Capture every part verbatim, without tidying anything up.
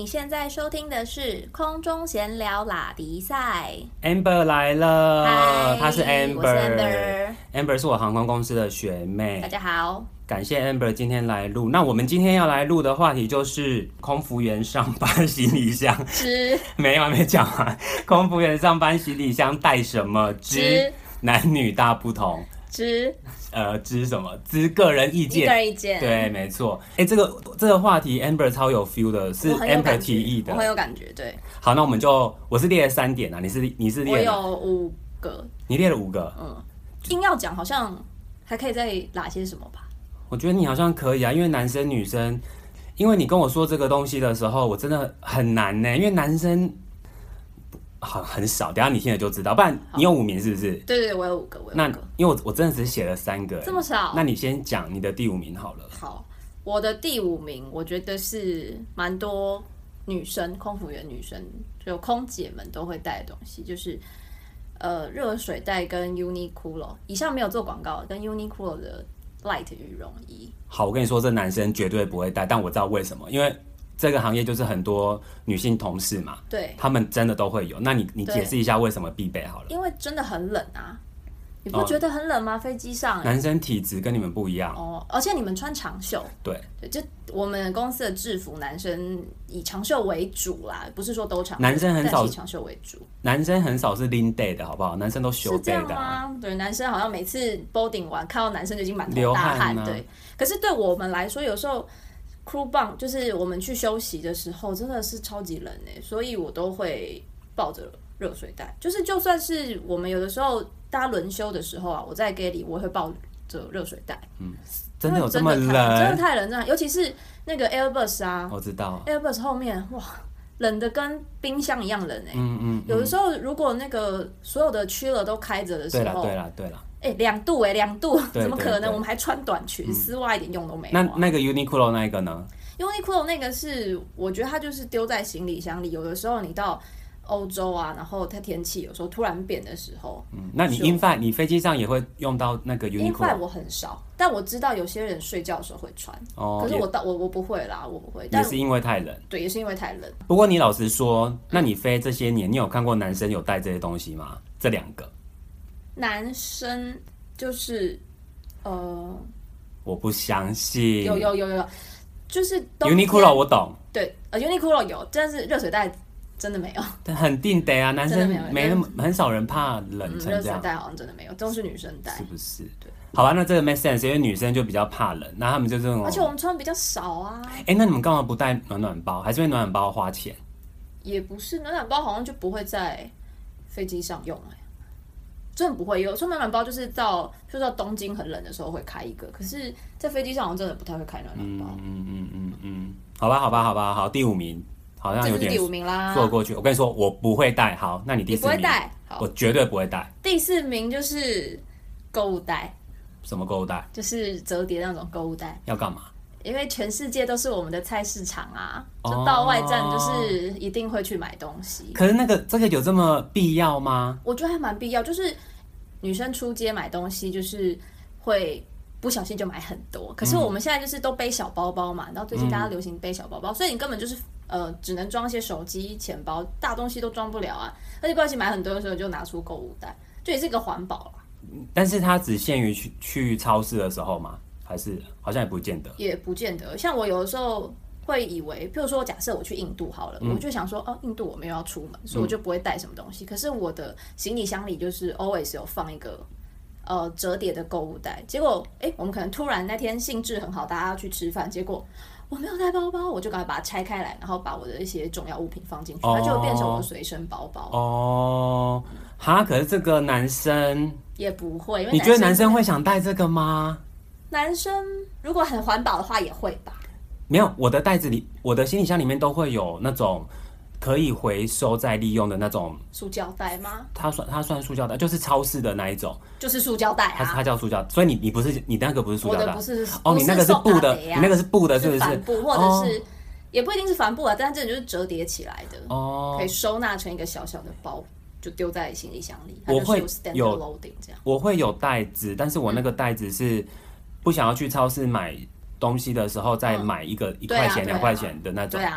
你现在收听的是空中闲聊拉迪赛。 Amber 来了，她是 Amber， 我是 Amber， Amber 是我航空公司的学妹。 大家好， 感谢 Amber 今天来录。那我们今天要来录的话题就是空服员上班行李箱之没有还没讲完。空服员上班行李箱带什么之男女大不同之呃之什么之个人意见， 个人意见， 对，没错。哎，这个这个话题 Amber 超有 feel 的，是 Amber 提议的， 我很有感觉。对， 好，那我们就我是列了三点啊，你是你是列了， 我有五个， 你列了五个， 嗯，硬要讲好像还可以再拉些什么吧。 我觉得你好像可以啊，因为男生女生，因为你跟我说这个东西的时候，我真的很难呢，因为男生好很少，等一下你听了就知道。不然你有五名是不是？ 对对对，我有五个，我有五个。 那因为我我真的只写了三个， 这么少？ 那你先讲你的第五名好了。 好，我的第五名，我觉得是蛮多女生空服员女生就空姐们都会带的东西，就是呃热水袋跟 Uniqlo， 以上没有做广告，跟 Uniqlo 的 Light 羽绒衣。 好，我跟你说，这男生绝对不会带，但我知道为什么，因为这个行业就是很多女性同事嘛， 对， 他们真的都会有。那你你解释一下为什么必备好了？ 因为真的很冷啊，你不觉得很冷吗？哦、飞机上、欸， 男生体质跟你们不一样哦，而且你们穿长袖， 对对，就我们公司的制服，男生以长袖为主啦，不是说都长袖， 男生很少以长袖为主， 男生很少是拎 day 的好不好？男生都休 day 的、 啊，吗？对，男生好像每次 boarding 完看到男生就已经满头大汗，啊、对。可是对我们来说，有时候 crew bunk 就是我们去休息的时候，真的是超级冷哎，所以我都会抱着热水袋，就是就算是我们有的时候大家轮休的时候啊，我在 galley 我也会抱着热水袋， 嗯，真的有这么冷？ 真的太冷，真的，尤其是那个 Airbus 啊， 我知道 Airbus 后面哇。冷的跟冰箱一样冷哎、欸， 嗯嗯嗯， 有的时候如果那个所有的 chiller 都开着的时候， 对啦对啦对啦， 哎、欸，两度哎、欸，两度，怎么可能？ 对对对， 我们还穿短裙，丝袜一点用都没有、 啊。那那个 Uniqlo 那一个呢 ？Uniqlo 那个是，我觉得它就是丢在行李箱里。有的时候你到欧洲啊，然后它天气有时候突然变的时候， 嗯，那你 in-flight 你飞机上也会用到那个 Uniqlo？ in-flight 我很少，但我知道有些人睡觉的时候会穿。哦，可是我到我我不会啦，我不会。 也是因为太冷。 对，也是因为太冷。 不过你老实说，那你飞这些年，你有看过男生有带这些东西吗？这两个男生就是呃， 我不相信。 有有有有，就是 Uniqlo 我懂。 对，呃 Uniqlo 有，但是热水袋。真的没有， 但很定得啊，男生没那么很少人怕冷成这样。 热水袋好像真的没有，都是女生带， 是不是？对，好吧，那这个 make sense， 因为女生就比较怕冷，那他们就这种。 而且我们穿比较少啊。 哎、欸，那你们干嘛不带暖暖包？还是因为暖暖包花钱？ 也不是，暖暖包好像就不会在飞机上用哎、欸，真的不会有。说暖暖包就是到，就到东京很冷的时候会开一个，可是在飞机上好像真的不太会开暖暖包。 嗯嗯嗯嗯，好吧，好吧，好吧，好，第五名。好像有点第五名啦， 坐过去。我跟你说，我不会带。好，那你第四名？ 你不会带， 我绝对不会带。 第四名就是购物袋。 什么购物袋？ 就是折叠那种购物袋。 要干嘛？ 因为全世界都是我们的菜市场啊，就到外站就是一定会去买东西。 可是那个这个有这么必要吗？ 我觉得还蛮必要，就是女生出街买东西就是会。不小心就买很多，可是我们现在就是都背小包包嘛，然后最近大家流行背小包包，嗯、所以你根本就是呃只能装一些手机、钱包，大东西都装不了啊。而且不小心买很多的时候就拿出购物袋，就也是一个环保啦。 但是它只限于去去超市的时候吗？还是好像也不见得？ 也不见得。像我有的时候会以为，譬如说假设我去印度好了，嗯、我就想说哦，印度我没有要出门，所以我就不会带什么东西。嗯、可是我的行李箱里就是 always 有放一个。呃，折叠的购物袋，结果哎，我们可能突然那天兴致很好，大家要去吃饭，结果我没有带包包，我就赶快把它拆开来，然后把我的一些重要物品放进去，它、哦、就变成我的随身包包。 哦，哈，可是这个男生也不会，因为你觉得男生会想带这个吗？ 男生如果很环保的话，也会吧。 没有，我的袋子里，我的行李箱里面都会有那种。可以回收再利用的那种塑胶袋吗？ 它算它算塑胶袋，就是超市的那一种， 就是塑胶袋啊。 它它叫塑胶，所以你你不是你那个不是塑胶袋， 我的不是哦，你那个是布的，你那个是布的，是不是？ 帆布或者是、哦、也不一定是帆布啊，但是这就是折叠起来的，哦，可以收纳成一个小小的包，就丢在行李箱里。 我会有 loading 这样， 我会有袋子，但是我那个袋子是不想要去超市买东西的时候再买一个一块钱两块钱的那种。 对啊。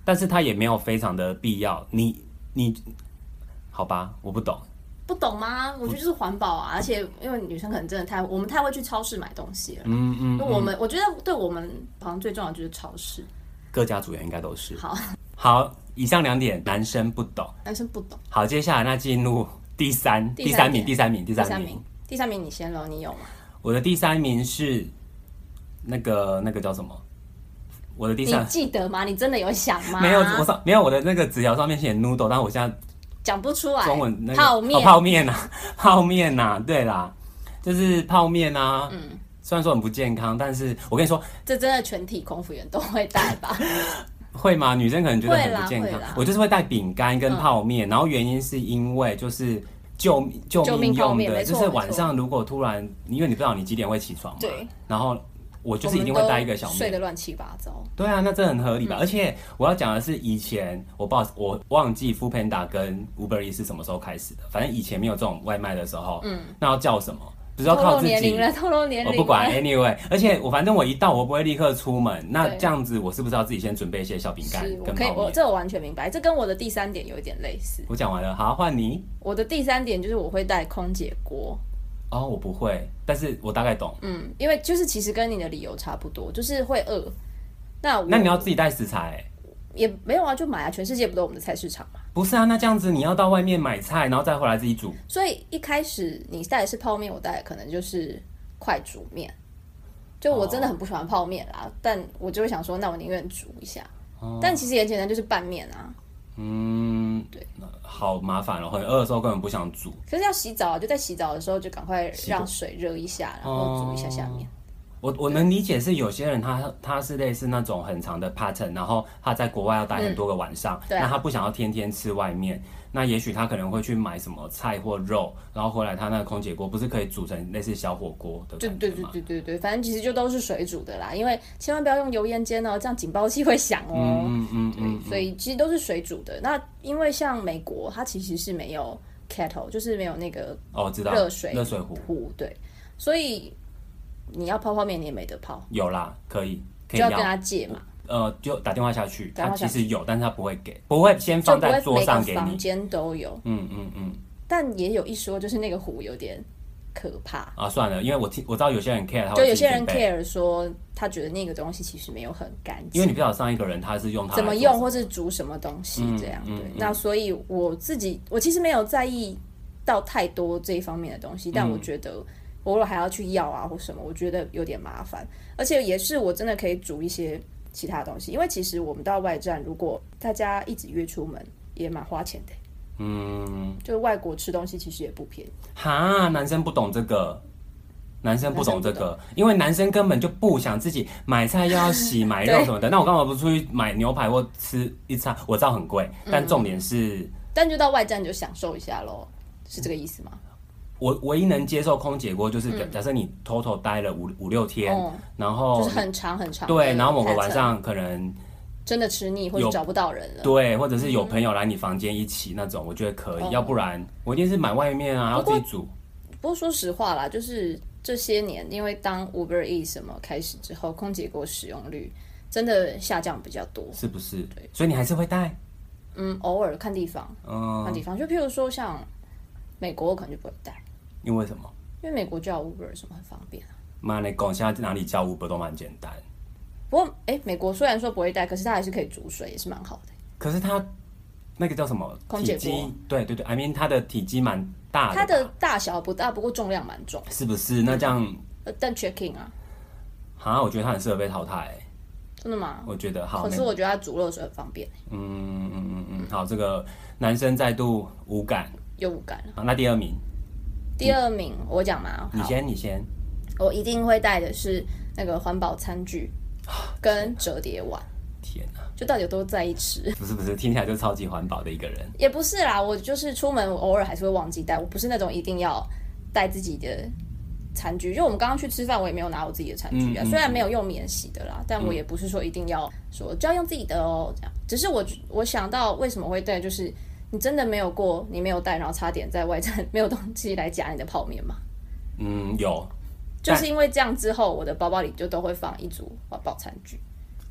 但是它也没有非常的必要。你你好吧，我不懂。 不懂吗？我觉得就是环保啊，而且因为女生可能真的太，我们太会去超市买东西了。嗯嗯。我们我觉得对我们好像最重要的就是超市。 各家组员应该都是。 好。 好，以上两点男生不懂。 男生不懂。 好，接下来那进入第三第三名，第三名，第三名， 第三名，你先咯，你有吗？ 我的第三名是那个那个叫什么？我的第三， 你记得吗？你真的有想吗？ 没有，我上没有我的那个纸条上面写 noodle， 但我现在。 讲不出来， 中文那个泡面、 哦、泡面啊，泡面啊，对啦，就是泡面啊。嗯，虽然说很不健康，但是我跟你说， 这真的全体空服员都会带吧？ 会吗？女生可能觉得很不健康，我就是会带饼干跟泡面、嗯，然后原因是因为就是救救命用的，就是晚上如果突然，因为你不知道你几点会起床嘛，对，然后。我就是一定会带一个小面， 睡得乱七八糟。 对啊，那这很合理吧？嗯、而且我要讲的是，以前我不好我忘记 Foodpanda 跟 Uber Eats 是什么时候开始的。反正以前没有这种外卖的时候，嗯，那要叫什么？不是要靠自己。透露年龄了，透露年龄。 我不管 ，anyway。而且我反正我一到，我不会立刻出门。那这样子，我是不是要自己先准备一些小饼干跟泡面？ 可以，我这我完全明白。这跟我的第三点有一点类似。 我讲完了，好，换你。 我的第三点就是我会带空姐锅。 哦，我不会，但是我大概懂。 嗯，因为就是其实跟你的理由差不多，就是会饿。那那你要自己带食材、欸？ 也没有啊，就买啊，全世界不都我们的菜市场嘛？ 不是啊，那这样子你要到外面买菜，然后再回来自己煮。 所以一开始你带的是泡面，我带的可能就是快煮面。就我真的很不喜欢泡面啦，哦、但我就会想说，那我宁愿煮一下。哦、但其实也简单，就是拌面啊。 嗯，对，好麻烦哦，很饿的时候根本不想煮。 可是要洗澡，就在洗澡的时候就赶快让水热一下，然后煮一下下面。 我我能理解是有些人他他是类似那种很长的 pattern， 然后他在国外要待很多个晚上，嗯啊、那他不想要天天吃外面，那也许他可能会去买什么菜或肉，然后回来他那个空姐锅不是可以煮成类似小火锅的感觉吗？对对对对对对，反正其实就都是水煮的啦，因为千万不要用油烟煎哦，这样警报器会响哦。嗯嗯嗯，对，所以其实都是水煮的。那因为像美国，它其实是没有 kettle， 就是没有那个哦，知道热水热水壶壶，对，所以。你要泡泡面，你也没得泡。 有啦，可以，可以就要跟他借嘛。 呃，就打电话下去，他其实有，但是他不会给，不会先放在桌上给你。 每个房间都有。 嗯嗯嗯。 但也有一说，就是那个壶有点可怕啊。算了，因为我听我知道有些人 care， 他就有些人 care 说，他觉得那个东西其实没有很干净。 因为你不晓得上一个人他是用它怎么用，或是煮什么东西这样。嗯嗯、对，那所以我自己我其实没有在意到太多这一方面的东西，但我觉得。偶尔还要去要啊或什么，我觉得有点麻烦，而且也是我真的可以煮一些其他东西，因为其实我们到外站，如果大家一直约出门，也蛮花钱的。嗯，就是外国吃东西其实也不便宜。 哈，男生不懂这个，男生不懂这个，因为男生根本就不想自己买菜又要洗买肉什么的，那我干嘛不出去买牛排或吃一餐？我知道很贵，但重点是，嗯、 但就到外站就享受一下咯，是这个意思吗？ 我唯一能接受空姐锅就是，假设你 total 待了五五六天，嗯、然后就是很长很长， 对，然后某个晚上可能真的吃腻或者找不到人了， 对，或者是有朋友来你房间一起那种，我觉得可以，嗯、要不然我一定是买外面啊，要自己煮。 不过说实话啦，就是这些年，因为当 Uber Eats 什么开始之后，空姐锅使用率真的下降比较多， 是不是？对，所以你还是会带？ 嗯，偶尔看地方，嗯，看地方，就譬如说像美国，我可能就不会带。 因为什么？ 因为美国叫 Uber 什么很方便啊。 妈，你讲现在哪里叫 Uber 都蛮简单。 不过，哎、欸，美国虽然说不会带，可是它还是可以煮水，也是蛮好的。 可是它那个叫什么？ 空姐锅。 对对对 ，I mean 它的体积蛮大的。 它的大小不大，不过重量蛮重。 是不是？那这样， 呃，但 check in 啊。 好，我觉得它很适合被淘汰、欸。 真的吗？ 我觉得好。 可是我觉得它煮热水很方便、欸。 嗯嗯嗯嗯，好，这个男生再度无感。 又无感了。 好，那第二名。 第二名我讲嘛， 你先，你先。 我一定会带的是那个环保餐具跟折叠碗。 天哪！ 就到底有多在意吃？ 不是不是，听起来就超级环保的一个人。 也不是啦，我就是出门我偶尔还是会忘记带，我不是那种一定要带自己的餐具。就我们刚刚去吃饭，我也没有拿我自己的餐具啊，嗯嗯、虽然没有用免洗的啦，但我也不是说一定要说就要用自己的哦，这样。只是我我想到为什么会带，就是。你真的没有过，你没有带，然后差点在外站没有东西来夹你的泡面吗？ 嗯，有， 就是因为这样之后，我的包包里就都会放一组环保餐具。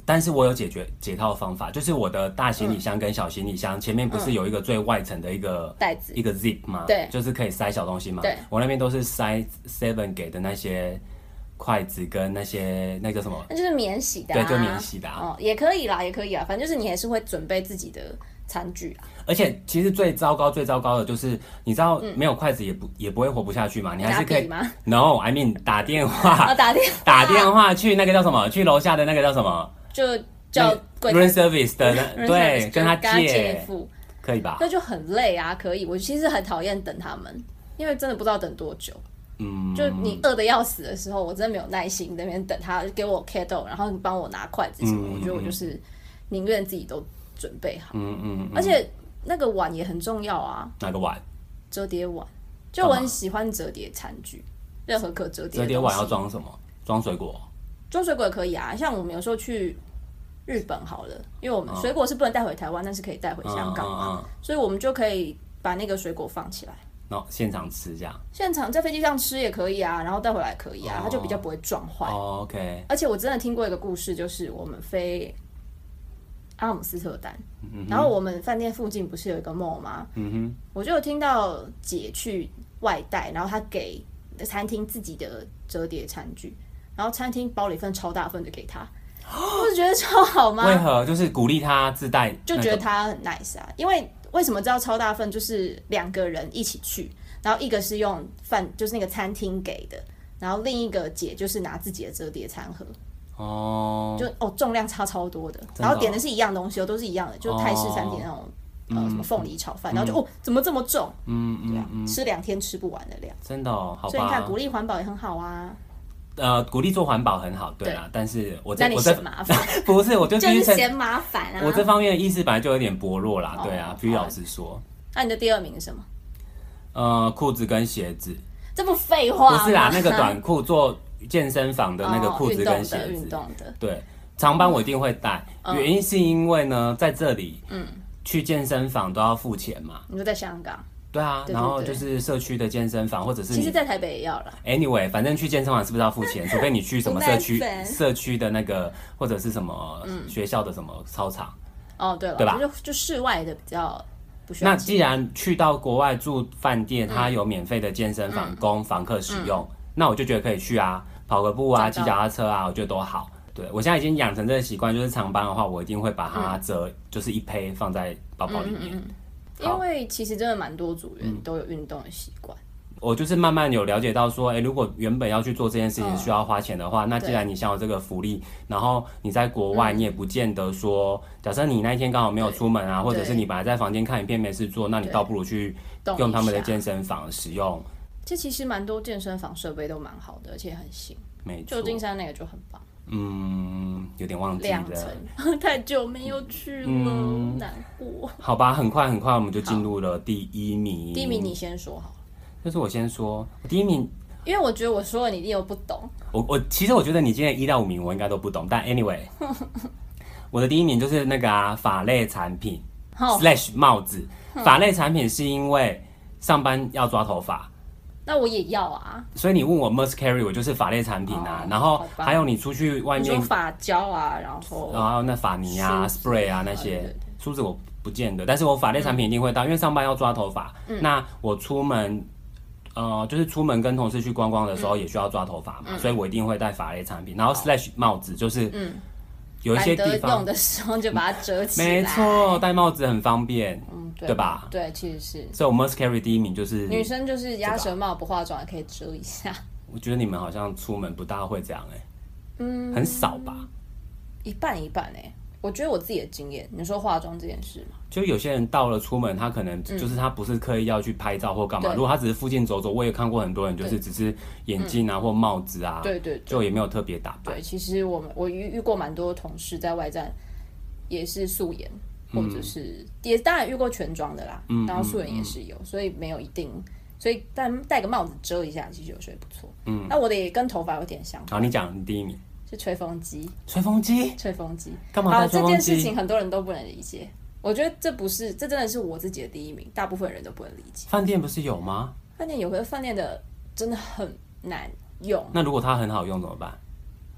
但是我有解决解套方法，就是我的大行李箱跟小行李箱、嗯、前面不是有一个最外层的一个袋子， 一个 zip 吗？ 对， 就是可以塞小东西嘛。 对， 我那边都是塞 seven 给的那些筷子跟那些那个什么， 那就是免洗的、啊， 对，就免洗的、啊。 哦，也可以啦，也可以啊，反正就是你还是会准备自己的餐具啊。 而且其实最糟糕、最糟糕的就是，你知道没有筷子也不、嗯、也不会活不下去嘛，你还是可以。 吗 No，I mean 打电话， 哦、打电话， 打电话去那个叫什么？去楼下的那个叫什么？ 就叫 room service 的那，对，跟他借付，可以吧？ 那就很累啊，可以。我其实很讨厌等他们，因为真的不知道等多久。嗯，就你饿得要死的时候，我真的没有耐心在那边等他给我 kettle， 然后你帮我拿筷子什么。嗯、我觉得我就是宁愿自己都准备好。嗯嗯, 嗯。而且那个碗也很重要啊。 哪个碗？ 折叠碗。就我很喜欢折叠餐具，任何可折叠的东西。 折叠碗要装什么？装水果。 装水果也可以啊，像我们有时候去日本好了，因为我们水果是不能带回台湾，但是可以带回香港嘛、嗯嗯嗯，所以我们就可以把那个水果放起来， 然后现场吃这样。 现场在飞机上吃也可以啊，然后带回来可以啊，哦、它就比较不会撞坏。 哦 OK。 而且我真的听过一个故事，就是我们飞阿姆斯特丹，嗯、然后我们饭店附近不是有一个 mall 吗？嗯哼，我就有听到姐去外带，然后她给餐厅自己的折叠餐具。然后餐厅包了一份超大份的给他，我就觉得超好吗？ 为何？就是鼓励他自带、那個， 就觉得他很 nice 啊。因为为什么知道超大份？就是两个人一起去，然后一个是用饭，就是那个餐厅给的，然后另一个姐就是拿自己的折叠餐盒。哦，就哦重量差超多的，然后点的是一样东西哦，都是一样的，就泰式餐厅那种、哦、呃什么凤梨炒饭、嗯，然后就哦怎么这么重？嗯嗯，对啊，嗯、吃两天吃不完的量。 真的哦，好吧。 所以你看，鼓励环保也很好啊。 呃，鼓励做环保很好，对啦，但是我那你嫌麻烦， 不是，我就就是嫌麻烦啊。 我这方面的意识本来就有点薄弱啦，哦、对啊，必须老实说。 那你的第二名是什么？ 呃，裤子跟鞋子。 这不废话吗？ 不是啦，那个短裤做健身房的那个裤子跟鞋子， 运动的， 对，长班我一定会带、嗯，原因是因为呢，在这里，嗯，去健身房都要付钱嘛。 你说在香港？ 对啊，对对对，然后就是社区的健身房，或者是其实，在台北也要了。 Anyway， 反正去健身房是不是要付钱？除非你去什么社区社区的那个，或者是什么学校的什么操场。 嗯、哦，对了， 对吧？ 就就室外的比较不需要。 那既然去到国外住饭店，它有免费的健身房供房客使用、嗯，那我就觉得可以去啊，跑个步啊，骑脚踏车啊，我觉得都好。对，我现在已经养成这个习惯，就是长班的话，我一定会把它折，嗯、就是一胚放在包包里面。嗯嗯嗯， 因为其实真的蛮多组员都有运动的习惯、 嗯，我就是慢慢有了解到说，哎、欸，如果原本要去做这件事情需要花钱的话，嗯、那既然你享有这个福利，然后你在国外你也不见得说，嗯、假设你那一天刚好没有出门啊，或者是你本来在房间看影片没事做，那你倒不如去用他们的健身房使用。 这其实蛮多健身房设备都蛮好的，而且很新。 没错， 旧金山那个就很棒。 嗯，有点忘记了， 两层太久没有去了，嗯、难过。 好吧，很快很快我们就进入了第一名。 第一名你先说好了。 就是我先说，第一名， 因为我觉得我说了你一定又不懂。 我我其实我觉得你今天一到五名我应该都不懂，但 anyway， 我的第一名就是那个啊发类产品、oh. slash 帽子。发类产品是因为上班要抓头发。 那我也要啊， 所以你问我 must carry， 我就是发类产品啊。哦、然后还有你出去外面， 你说发胶啊，然后然后那发泥啊、spray 啊那些，梳子我不见得，但是我发类产品一定会到，嗯、因为上班要抓头发。嗯、那我出门，呃，就是出门跟同事去观光的时候也需要抓头发嘛，嗯、所以我一定会带发类产品。然后 slash 帽子就是，嗯。有一些地方用的时候就把它折起来， 没错，戴帽子很方便， 嗯，对， 对吧？ 对，其实是。 所以我 must carry 第一名就是女生就是鸭舌帽，不化妆也可以遮一下。 我觉得你们好像出门不大会这样哎、欸，嗯，很少吧？ 一半一半哎、欸。我觉得我自己的经验，你说化妆这件事嘛， 就有些人到了出门，他可能就是他不是刻意要去拍照或干嘛、嗯，如果他只是附近走走，我也看过很多人就是只是眼镜啊、嗯、或帽子啊， 对 对, 对， 就也没有特别打扮。 对，其实我们我遇遇过蛮多同事在外站也是素颜，或者是、嗯、也当然遇过全妆的啦，嗯、然后素颜也是有、嗯，所以没有一定，所以但戴个帽子遮一下，其实有时候也不错。嗯，那我的也跟头发有点像。 好，你讲你第一名。 是吹风机， 吹风机， 吹风机， 干嘛带吹风机？ 好，这件事情很多人都不能理解。我觉得这不是，这真的是我自己的第一名，大部分人都不能理解。 饭店不是有吗？ 饭店有，可是饭店的真的很难用。 那如果它很好用怎么办？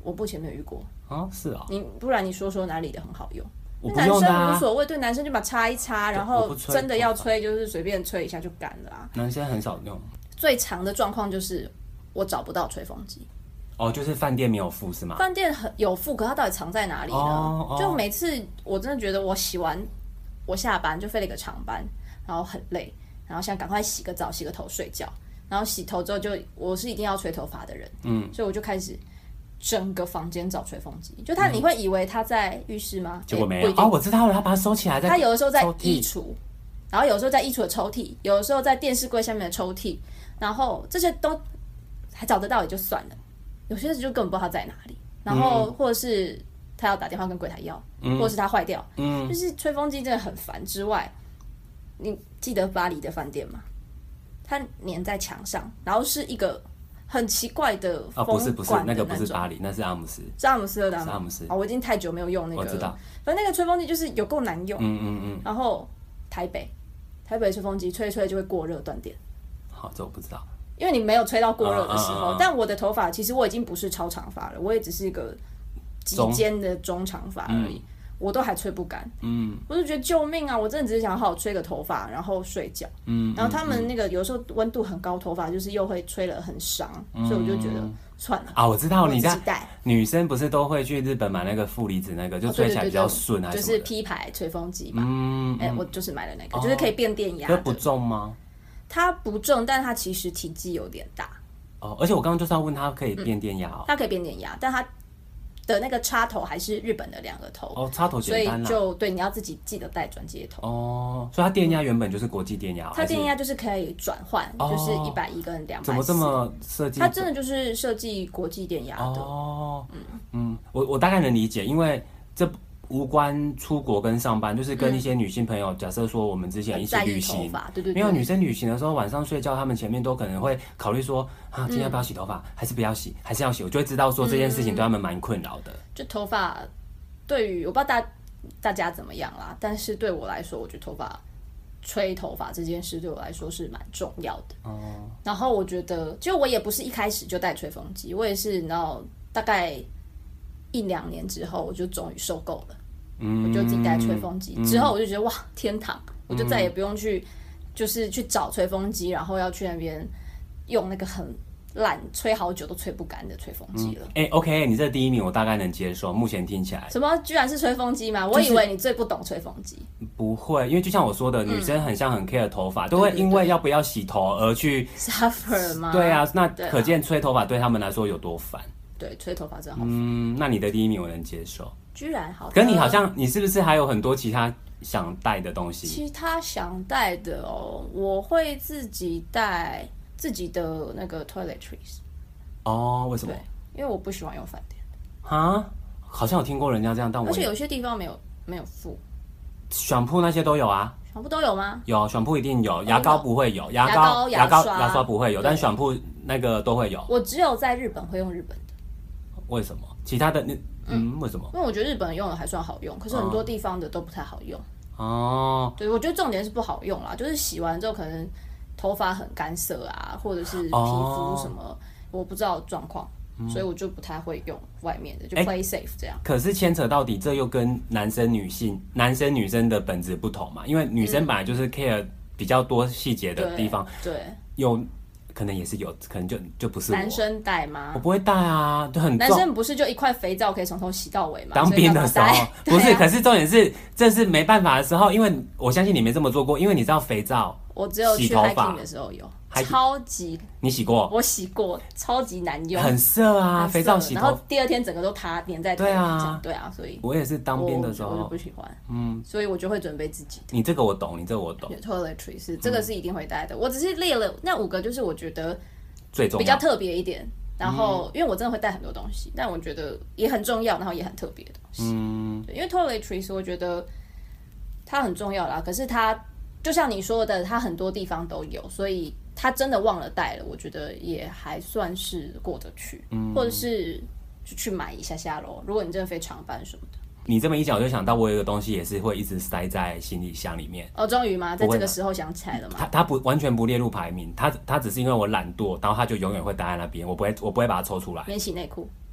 我目前没有遇过。 哦，是哦。 你不然你说说哪里的很好用？ 我不用的啊， 男生无所谓，对男生就把擦一擦，然后真的要吹就是随便吹一下就干了啊。 男生很少用。 最常的状况就是我找不到吹风机。 哦，就是饭店没有附是吗？ 饭店很有附，可它到底藏在哪里呢？ 哦哦、 就每次我真的觉得我洗完，我下班就飞了一个长班，然后很累，然后想赶快洗个澡、洗个头睡觉。然后洗头之后就我是一定要吹头发的人，嗯，所以我就开始整个房间找吹风机。就他、嗯、你会以为他在浴室吗？ 结果没有。哦，我知道了，他把它收起来在。 他有的时候在衣橱，然后有的时候在衣橱的抽屉，有的时候在电视柜下面的抽屉，然后这些都还找得到也就算了，有些就根本不知道他在哪里。然后或者是他要打电话跟柜台要，嗯、或者是他坏掉，嗯，就是吹风机真的很烦。之外，你记得巴黎的饭店吗？它粘在墙上，然后是一个很奇怪的风管的那种。哦，不是不是，那个不是巴黎，那是阿姆斯。是阿姆斯特丹吗？是阿姆斯。哦，我已经太久没有用那个。 我知道。 反正那个吹风机就是有够难用。 嗯嗯嗯。 然后台北，台北的吹风机吹一吹就会过热断电。 好，这我不知道。 因为你没有吹到过热的时候， 嗯嗯嗯嗯， 但我的头发其实我已经不是超长发了，我也只是一个及肩的中长发而已。嗯，我都还吹不干，嗯，我就觉得救命啊！我真的只是想好好吹个头发，然后睡觉，嗯，然后他们那个有时候温度很高，头发就是又会吹了很伤，嗯，所以我就觉得算了啊。我知道你在女生不是都会去日本买那个负离子那个，就吹起来比较顺啊， 就是 P 牌吹风机嘛，嗯，哎，欸，我就是买了那个，哦，就是可以变电压的。 不重吗？ 它不重，但它其实体积有点大。 哦，而且我刚刚就是要问它可以变电压哦， 嗯，它可以变电压，但它的那个插头还是日本的两个头哦，插头简单啦， 所以就对你要自己记得带转接头哦。所以它电压原本就是国际电压， 它电压就是可以转换，哦，就是一百一跟两百。 怎么这么设计？ 它真的就是设计国际电压的哦。嗯嗯，我我大概能理解，因为这无关出国跟上班，就是跟一些女性朋友，嗯，假设说我们之前一起旅行， 对对对， 没有女生旅行的时候晚上睡觉，她们前面都可能会考虑说啊，今天要不要洗头发，嗯，还是不要洗，还是要洗，我就会知道说这件事情对他们蛮困扰的。 就头发，对于我不知道大大家怎么样啦，但是对我来说，我觉得头发吹头发这件事对我来说是蛮重要的。哦，然后我觉得，就我也不是一开始就带吹风机，我也是，你知道，大概一两年之后，我就终于受够了。嗯，我就自己带吹风机，嗯，之后我就觉得哇，天堂！我就再也不用去，就是去找吹风机，然后要去那边用那个很烂、吹好久都吹不干的吹风机了。 哎，嗯欸，OK， 你这第一名我大概能接受。目前听起来， 什么居然是吹风机吗？我以为你最不懂吹风机。 不会，因为就像我说的，女生很像很 care 头发，嗯，都会因为要不要洗头而去 suffer 吗？ 对啊，那可见吹头发对他们来说有多烦。 对，吹头发真的好烦。 嗯，那你的第一名我能接受。 居然好， 跟你好像，你是不是还有很多其他想带的东西？ 其他想带的哦，我会自己带自己的那个 toiletries。 哦，为什么？ 因为我不喜欢用饭店的。 哈，好像有听过人家这样，但我而且有些地方没有没有附。 选铺那些都有啊。 选铺都有吗？ 有，选铺一定有，牙膏不会有，牙膏、牙膏、牙刷不会有，但选铺那个都会有。 我只有在日本会用日本的。 为什么？其他的你？嗯，为什么？ 因为我觉得日本用的还算好用，可是很多地方的都不太好用。哦，对，我觉得重点是不好用啦，就是洗完之后可能头发很干涩啊，或者是皮肤什么，哦，我不知道状况，嗯，所以我就不太会用外面的，就 play safe 这样。 可是牵扯到底，这又跟男生女性、男生女生的本质不同嘛？因为女生本来就是 care 比较多细节的地方， 嗯，对，对有。可能也是有，可能就就不是我男生带吗？ 我不会带啊，就很重。 男生不是就一块肥皂可以从头洗到尾吗？ 当兵的时候不是，啊，可是重点是这是没办法的时候，因为我相信你没这么做过，因为你知道肥皂， 我只有去 hiking 的时候有，超级你洗过？ 我洗过，超级难用， 很涩啊，色肥皂洗头， 然后第二天整个都塌粘在头上。对啊，对啊，所以我也是当兵的时候， 我就不喜欢，嗯，所以我就会准备自己的。 你这个我懂，你这个我懂。 toiletries 是这个是一定会带的，嗯，我只是列了那五个，就是我觉得。 最重要比较特别一点，然后、嗯、因为我真的会带很多东西，但我觉得也很重要，然后也很特别的东西。嗯，对，因为 toiletries 我觉得它很重要啦，可是它就像你说的，它很多地方都有，所以它真的忘了带了，我觉得也还算是过得去，嗯、或者是就去买一下下咯。如果你真的非常班什么的。 你这么一讲，我就想到我有一个东西也是会一直塞在行李箱里面。 哦，终于吗？在这个时候想起来了吗？ 它它不完全不列入排名，它它只是因为我懒惰，然后它就永远会待在那边，我不会我不会把它抽出来。 免洗内裤。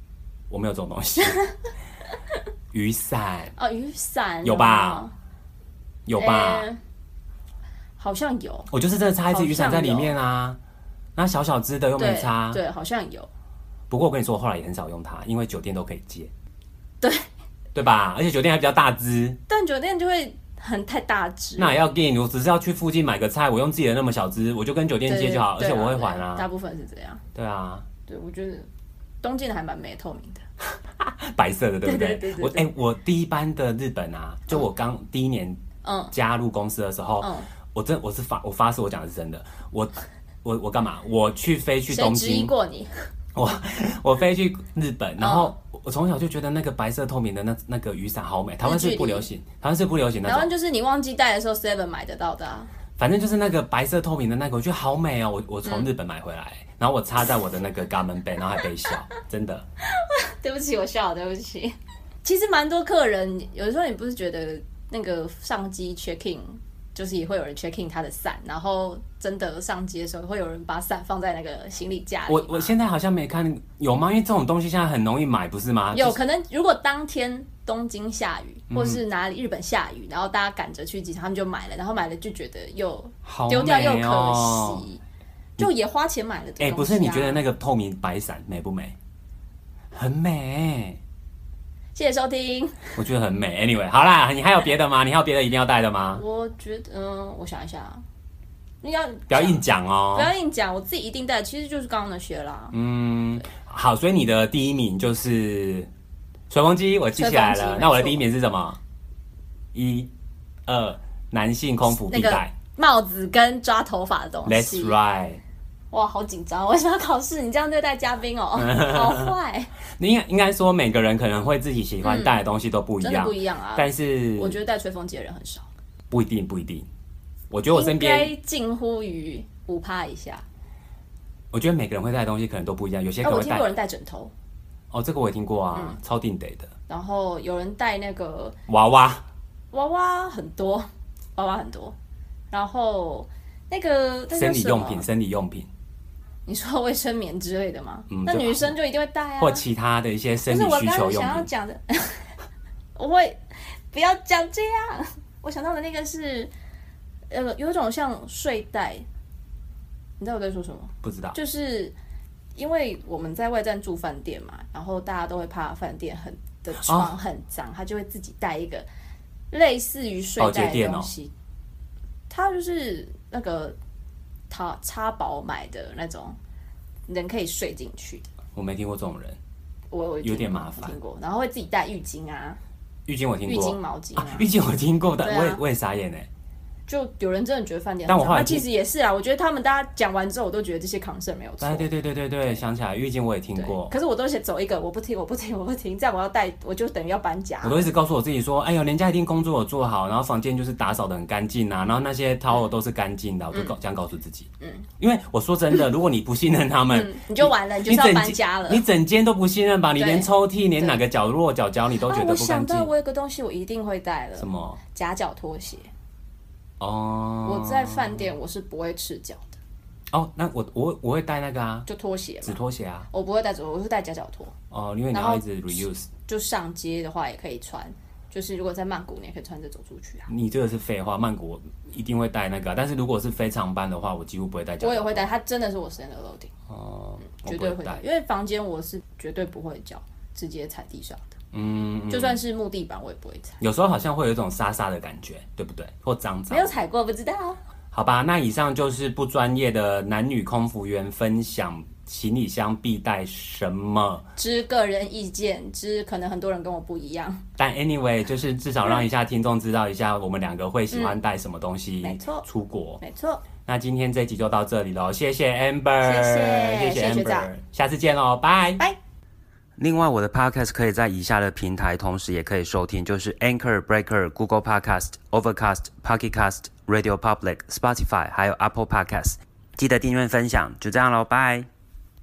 我没有这种东西。雨伞哦，雨伞、哦、 有吧？有吧、欸？ 好像有。 我就是真的插一支雨伞在里面啊，那小小支的又没插。 对，对，好像有。 不过我跟你说，我后来也很少用它，因为酒店都可以借。 对， 对吧？而且酒店还比较大支。 但酒店就会很太大支。 那也要给你，我只是要去附近买个菜，我用自己的那么小支，我就跟酒店借就好，而且我会还啊。 大部分是这样。 对啊。 对，我觉得东京的还蛮美透明的。 白色的，对不对？ 对对对对对我哎、欸，我第一班的日本啊，就我刚第一年加入公司的时候，嗯、我真我是发我发誓我讲的是真的，我我我干嘛？我去飞去东京， 谁质疑过你？ 我我飞去日本，然后我从小就觉得那个白色透明的那那个雨伞好美。台湾是不流行，台湾是不流行那种。 台湾就是你忘记带的时候 seven 买得到的啊。 反正就是那个白色透明的那个，我觉得好美哦！我我从日本买回来，嗯、然后我插在我的那个肛门背，然后还被笑，真的。 对不起，我笑了，对不起。其实蛮多客人，有的时候你不是觉得那个上机 check in， 就是也会有人 check in 他的伞，然后真的上机的时候会有人把伞放在那个行李架里。 我我现在好像没看有吗？因为这种东西现在很容易买，不是吗？ 有可能如果当天东京下雨，或是哪里日本下雨，然后大家赶着去机场，他们就买了，然后买了就觉得又丢掉又可惜， 哦、 就也花钱买了、啊。 哎、欸，不是，你觉得那个透明白伞美不美？很美。 谢谢收听。 我觉得很美。Anyway， 好啦，你还有别的吗？你还有别的一定要带的吗？ 我觉得，嗯，我想一下，你要不要硬讲哦， 不要硬讲，我自己一定带，其实就是刚刚那些啦。 嗯，好，所以你的第一名就是吹风机，我记起来了。那我的第一名是什么？一、二，男性空服必带、 那个、帽子跟抓头发的东西。 That's right。 哇，好紧张！我想要考试，你这样对待嘉宾哦，好坏。 你应该应该说，每个人可能会自己喜欢带的东西都不一样， 嗯、真的不一样啊。 但是我觉得带吹风机的人很少。 不一定，不一定。我觉得我身边应该近乎于五趴以下。 我觉得每个人会带的东西可能都不一样，有些可能会带。 哦、我听过有人带枕头。 哦，这个我也听过啊，嗯、超定得的。 然后有人带那个娃娃， 娃娃很多，娃娃很多。然后那个生理用品，生理用品。 你说卫生棉之类的吗？嗯、那女生就一定会带啊， 或其他的一些生理需求用品。 不是我刚刚想要讲的，我会不要讲这样。我想到的那个是，呃，有一种像睡袋，你知道我在说什么？ 不知道。 就是因为我们在外站住饭店嘛，然后大家都会怕饭店很的床很脏，哦、他就会自己带一个类似于睡袋的东西。它就是那个。他插宝买的那种，人可以睡进去的。 我没听过这种人， 我, 我有点麻烦。 听过，然后会自己带浴巾啊， 浴巾我听过， 浴巾毛巾啊， 啊浴巾我听过，但、啊、我也我也傻眼哎。 就有人真的觉得饭店很脏， 但我后来其实也是啊。我觉得他们大家讲完之后，我都觉得这些 concern 没有错。 哎，对对对对对，想起来浴巾我也听过， 可是我都先走一个，我不听，我不听，我不听，这样我要带，我就等于要搬家。 我都一直告诉我自己说，哎呦，人家一定工作有做好，然后房间就是打扫的很干净啊，然后那些 towel 都是干净的，嗯、我就这样告诉自己。嗯，因为我说真的，如果你不信任他们， 嗯、你就完了，你就是要搬家了。 你整间都不信任吧？你连抽屉，连哪个角落角角你都觉得不干净。 啊、我想到我有个东西我一定会带了， 什么？ 夹脚拖鞋。 哦， 我在饭店我是不会赤脚的。 哦，那我我我会带那个啊， 就拖鞋嘛， 纸拖鞋啊。 我不会带纸，我会带夹脚拖。 哦，因为你要一直 reuse。 就上街的话也可以穿，就是如果在曼谷你也可以穿着走出去啊。 你这个是废话，曼谷一定会带那个，但是如果是非常班的话，我几乎不会带夹脚拖。 我也会带，它真的是我 stand loading。 哦、嗯， 绝对会带，因为房间我是绝对不会脚直接踩地上的。 嗯， 就算是木地板我也不会踩。 有时候好像会有一种沙沙的感觉，对不对？或脏脏。 没有踩过，不知道。 好吧，那以上就是不专业的男女空服员分享行李箱必带什么之个人意见，之可能很多人跟我不一样。 但 anyway， 就是至少让一下听众知道一下，我们两个会喜欢带什么东西。 没错， 出国。 没错。 那今天这一集就到这里咯，谢谢 Amber， 谢谢， 谢谢 Amber， 下次见咯，拜拜。 另外，我的 podcast 可以在以下的平台同时也可以收听，就是 Anchor、Breaker、Google Podcast、Overcast、Pocket Cast、Radio Public、Spotify， 还有 Apple Podcast。记得订阅分享，就这样咯，拜。